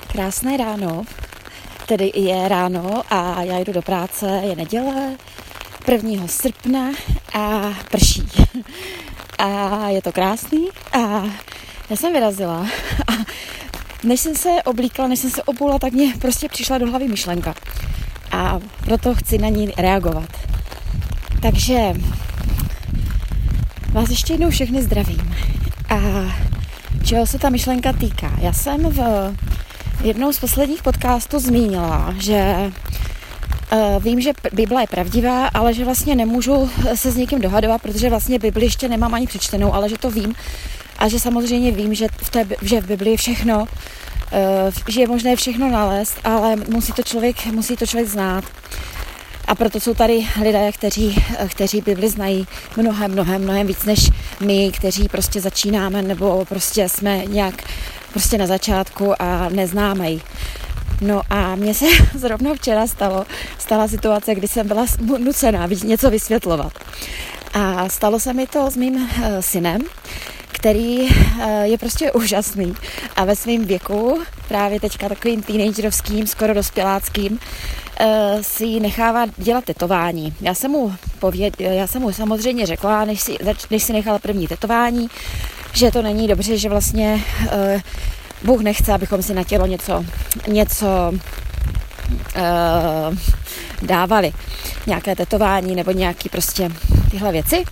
Krásné ráno, tedy je ráno a já jdu do práce, je neděle 1. srpna a prší. A je to krásný a já jsem vyrazila a než jsem se oblíkla, než jsem se obula, tak mě prostě přišla do hlavy myšlenka a proto chci na ní reagovat. Takže vás ještě jednou všechny zdravím. A čeho se ta myšlenka týká? Já jsem v jednou z posledních podcastů zmínila, že vím, že Bible je pravdivá, ale že vlastně nemůžu se s někým dohadovat, protože vlastně Bibli ještě nemám ani přečtenou, ale že to vím a že samozřejmě vím, že v Bibli je všechno, že je možné všechno nalézt, ale musí to člověk znát. A proto jsou tady lidé, kteří Bibli znají mnohem víc než my, kteří prostě začínáme nebo prostě jsme nějak prostě na začátku a neznáme ji. No a mně se zrovna včera stala situace, kdy jsem byla nucená něco vysvětlovat. A stalo se mi to s mým synem, který je prostě úžasný a ve svém věku, právě teďka takovým teenagerovským, skoro dospěláckým, si nechává dělat tetování. Já jsem mu samozřejmě řekla, než si nechal první tetování, že to není dobře, že vlastně Bůh nechce, abychom si na tělo něco dávali. Nějaké tetování nebo nějaký prostě tyhle věci.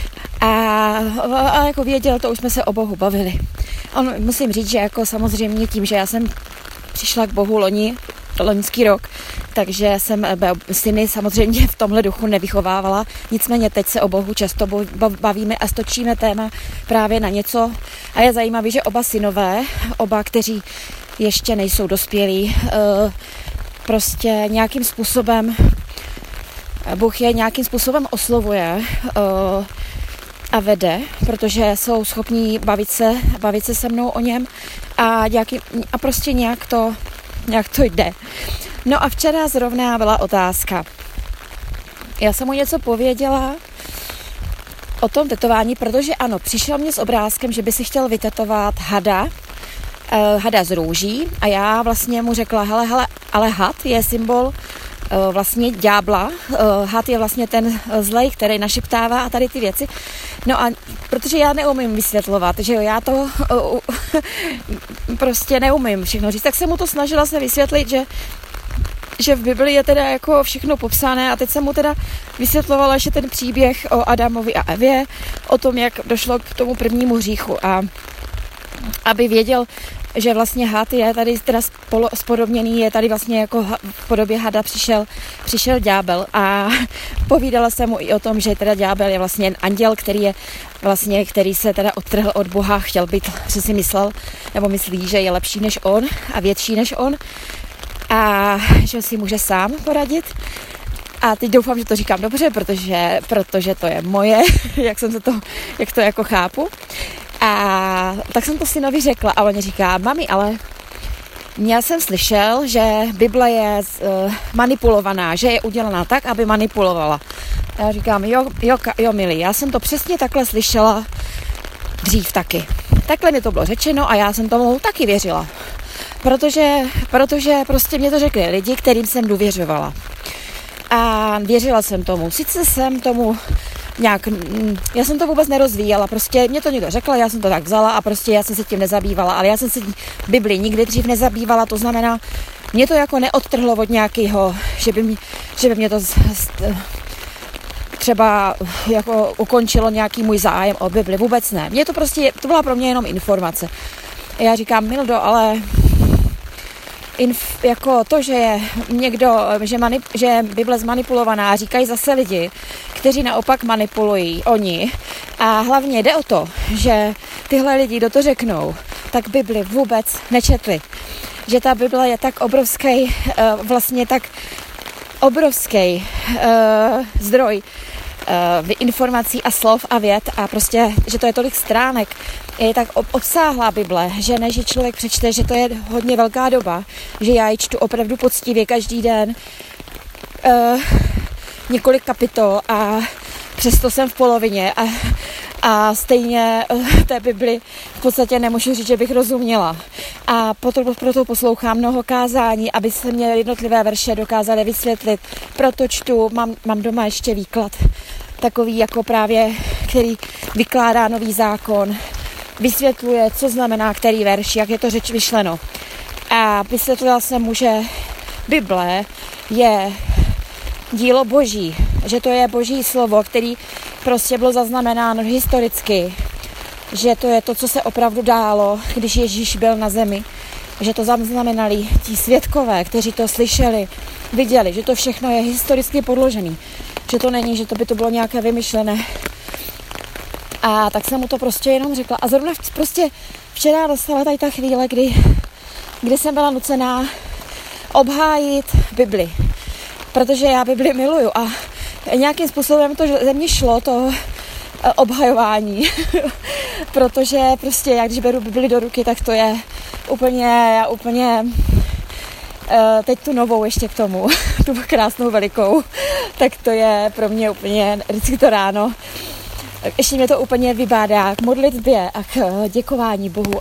A jako věděl, to už jsme se o Bohu bavili. Musím říct, že jako samozřejmě tím, že já jsem přišla k Bohu loňský rok, takže jsem syny samozřejmě v tomhle duchu nevychovávala. Nicméně teď se o Bohu často bavíme a stočíme téma právě na něco. A je zajímavé, že oba synové, kteří ještě nejsou dospělí, prostě nějakým způsobem Bůh je nějakým způsobem oslovuje a vede, protože jsou schopní bavit se se mnou o něm a prostě nějak to jde. No a včera zrovna byla otázka. Já jsem mu něco pověděla o tom tetování, protože ano, přišel mě s obrázkem, že by si chtěl vytetovat hada z růží a já vlastně mu řekla, hele, ale had je symbol vlastně ďábla. Had je vlastně ten zlej, který našeptává a tady ty věci. No a protože já neumím vysvětlovat, že jo, já to prostě neumím všechno říct, tak jsem mu to snažila se vysvětlit, že v Bibli je teda jako všechno popsané a teď jsem mu teda vysvětlovala, že ten příběh o Adamovi a Evě, o tom, jak došlo k tomu prvnímu hříchu a aby věděl, že vlastně had je tady teda spodobněný, je tady vlastně jako v podobě hada přišel ďábel a povídala jsem mu i o tom, že teda ďábel je vlastně anděl, který se teda odtrhl od Boha, chtěl být, co si myslel, nebo myslí, že je lepší než on a větší než on a že si může sám poradit. A teď doufám, že to říkám dobře, protože to je moje, jak to jako chápu. A tak jsem to synovi řekla a on říká, mami, ale já jsem slyšel, že Bible je manipulovaná, že je udělaná tak, aby manipulovala. Já říkám, jo milý, já jsem to přesně takhle slyšela dřív taky. Takhle mi to bylo řečeno a já jsem tomu taky věřila. Protože prostě mě to řekli lidi, kterým jsem důvěřovala. A věřila jsem tomu. Sice jsem tomu já jsem to vůbec nerozvíjela, prostě mě to někdo řekl, já jsem to tak vzala a prostě já jsem se tím nezabývala, ale já jsem se Bibli nikdy dřív nezabývala, to znamená, mě to jako neodtrhlo od nějakého, že by mě to třeba jako ukončilo nějaký můj zájem o Bibli, vůbec ne. Mě to prostě, to byla pro mě jenom informace. A já říkám, Mildo, ale jako to, že je někdo, že je Bible zmanipulovaná, říkají zase lidi, kteří naopak manipulují oni. A hlavně jde o to, že tyhle lidi, kdo to řeknou, tak Bibli vůbec nečetli. Že ta Bible je tak obrovský, vlastně tak obrovský zdroj informací a slov a vět a prostě, že to je tolik stránek, je tak obsáhlá Bible, že než člověk přečte, že to je hodně velká doba, že já ji čtu opravdu poctivě každý den několik kapitol a přesto jsem v polovině a stejně té Bibli v podstatě nemůžu říct, že bych rozuměla. A proto poslouchám mnoho kázání, aby se mě jednotlivé verše dokázaly vysvětlit. Proto čtu, mám doma ještě výklad takový jako právě, který vykládá Nový zákon, vysvětluje, co znamená který verš, jak je to řeč myšleno. A vysvětlila jsem mu, že Bible je dílo Boží, že to je Boží slovo, který prostě bylo zaznamenáno historicky, že to je to, co se opravdu dálo, když Ježíš byl na zemi, že to zaznamenali ti svědkové, kteří to slyšeli, viděli, že to všechno je historicky podložený, že to není, že to by to bylo nějaké vymyšlené. A tak jsem mu to prostě jenom řekla. A zrovna prostě včera dostala tady ta chvíle, kdy jsem byla nucená obhájit Bibli. Protože já Bibli miluju a nějakým způsobem to ze mě šlo, to obhajování. Protože prostě já, když beru Bibli do ruky, tak to je úplně teď tu novou ještě k tomu, tu krásnou velikou, tak to je pro mě úplně vždycky to ráno. Ještě mě to úplně vybádá k modlitbě a k děkování Bohu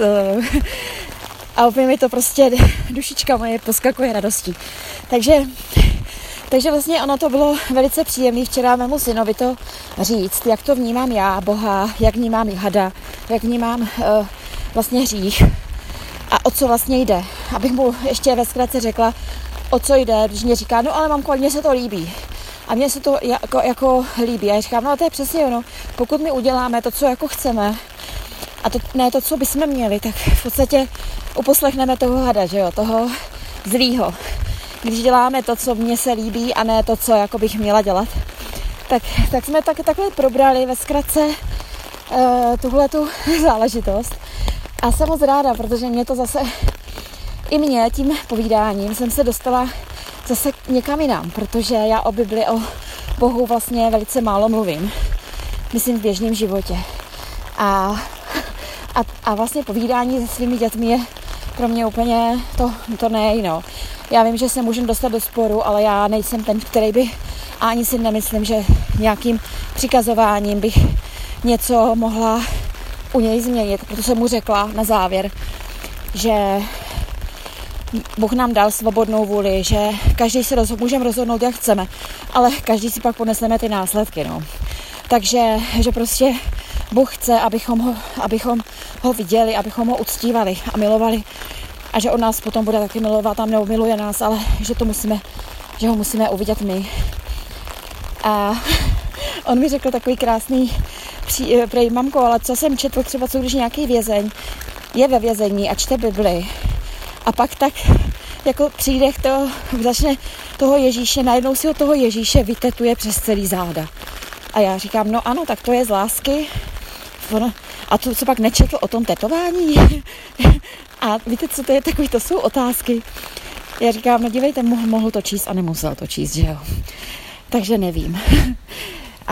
a úplně mi to prostě dušička moje poskakuje radostí. Takže vlastně ono to bylo velice příjemné včera mému synovi to říct, jak to vnímám já, Boha, jak vnímám hada, jak vnímám vlastně hřích a o co vlastně jde. Abych mu ještě ve zkratce řekla, o co jde, když mě říká, no ale mamko, mně se to líbí. A mně se to jako líbí. A já říkám, no to je přesně ono, pokud my uděláme to, co jako chceme, a to, ne to, co bychom měli, tak v podstatě uposlechneme toho hada, že jo, toho zlýho. Když děláme to, co mně se líbí a ne to, co jako bych měla dělat. Tak jsme takhle probrali ve zkratce tuhletu záležitost. A jsem moc ráda, protože mě to zase, i mě tím povídáním jsem se dostala zase někam jinam, protože já o Bibli, o Bohu vlastně velice málo mluvím. Myslím v běžném životě. A vlastně povídání se svými dětmi je pro mě úplně to nejno. Já vím, že se můžu dostat do sporu, ale já nejsem ten, který by, a ani si nemyslím, že nějakým přikazováním bych něco mohla u něj změnit. Proto jsem mu řekla na závěr, že Bůh nám dal svobodnou vůli, že každý si můžeme rozhodnout, jak chceme, ale každý si pak poneseme ty následky. No. Takže že prostě Bůh chce, abychom ho viděli, abychom ho uctívali a milovali a že on nás potom bude taky milovat a miluje nás, ale že ho musíme uvidět my. A on mi řekl takový krásný prej, mamko, ale co jsem četl třeba, co když nějaký vězeň je ve vězení a čte Bibli a pak tak jako přídech začne toho Ježíše, najednou si ho toho Ježíše vytetuje přes celý záda. A já říkám, no ano, tak to je z lásky. A to, co pak nečetl o tom tetování? A víte, co to je? Takový, to jsou otázky. Já říkám, no dívejte, mohl to číst a nemusel to číst, že jo? Takže nevím. A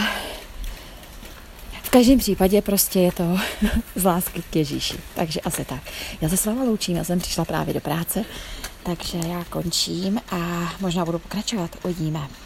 v každém případě prostě je to z lásky k Ježíši. Takže asi tak. Já se s váma loučím, já jsem přišla právě do práce, takže já končím a možná budu pokračovat. Uvidíme.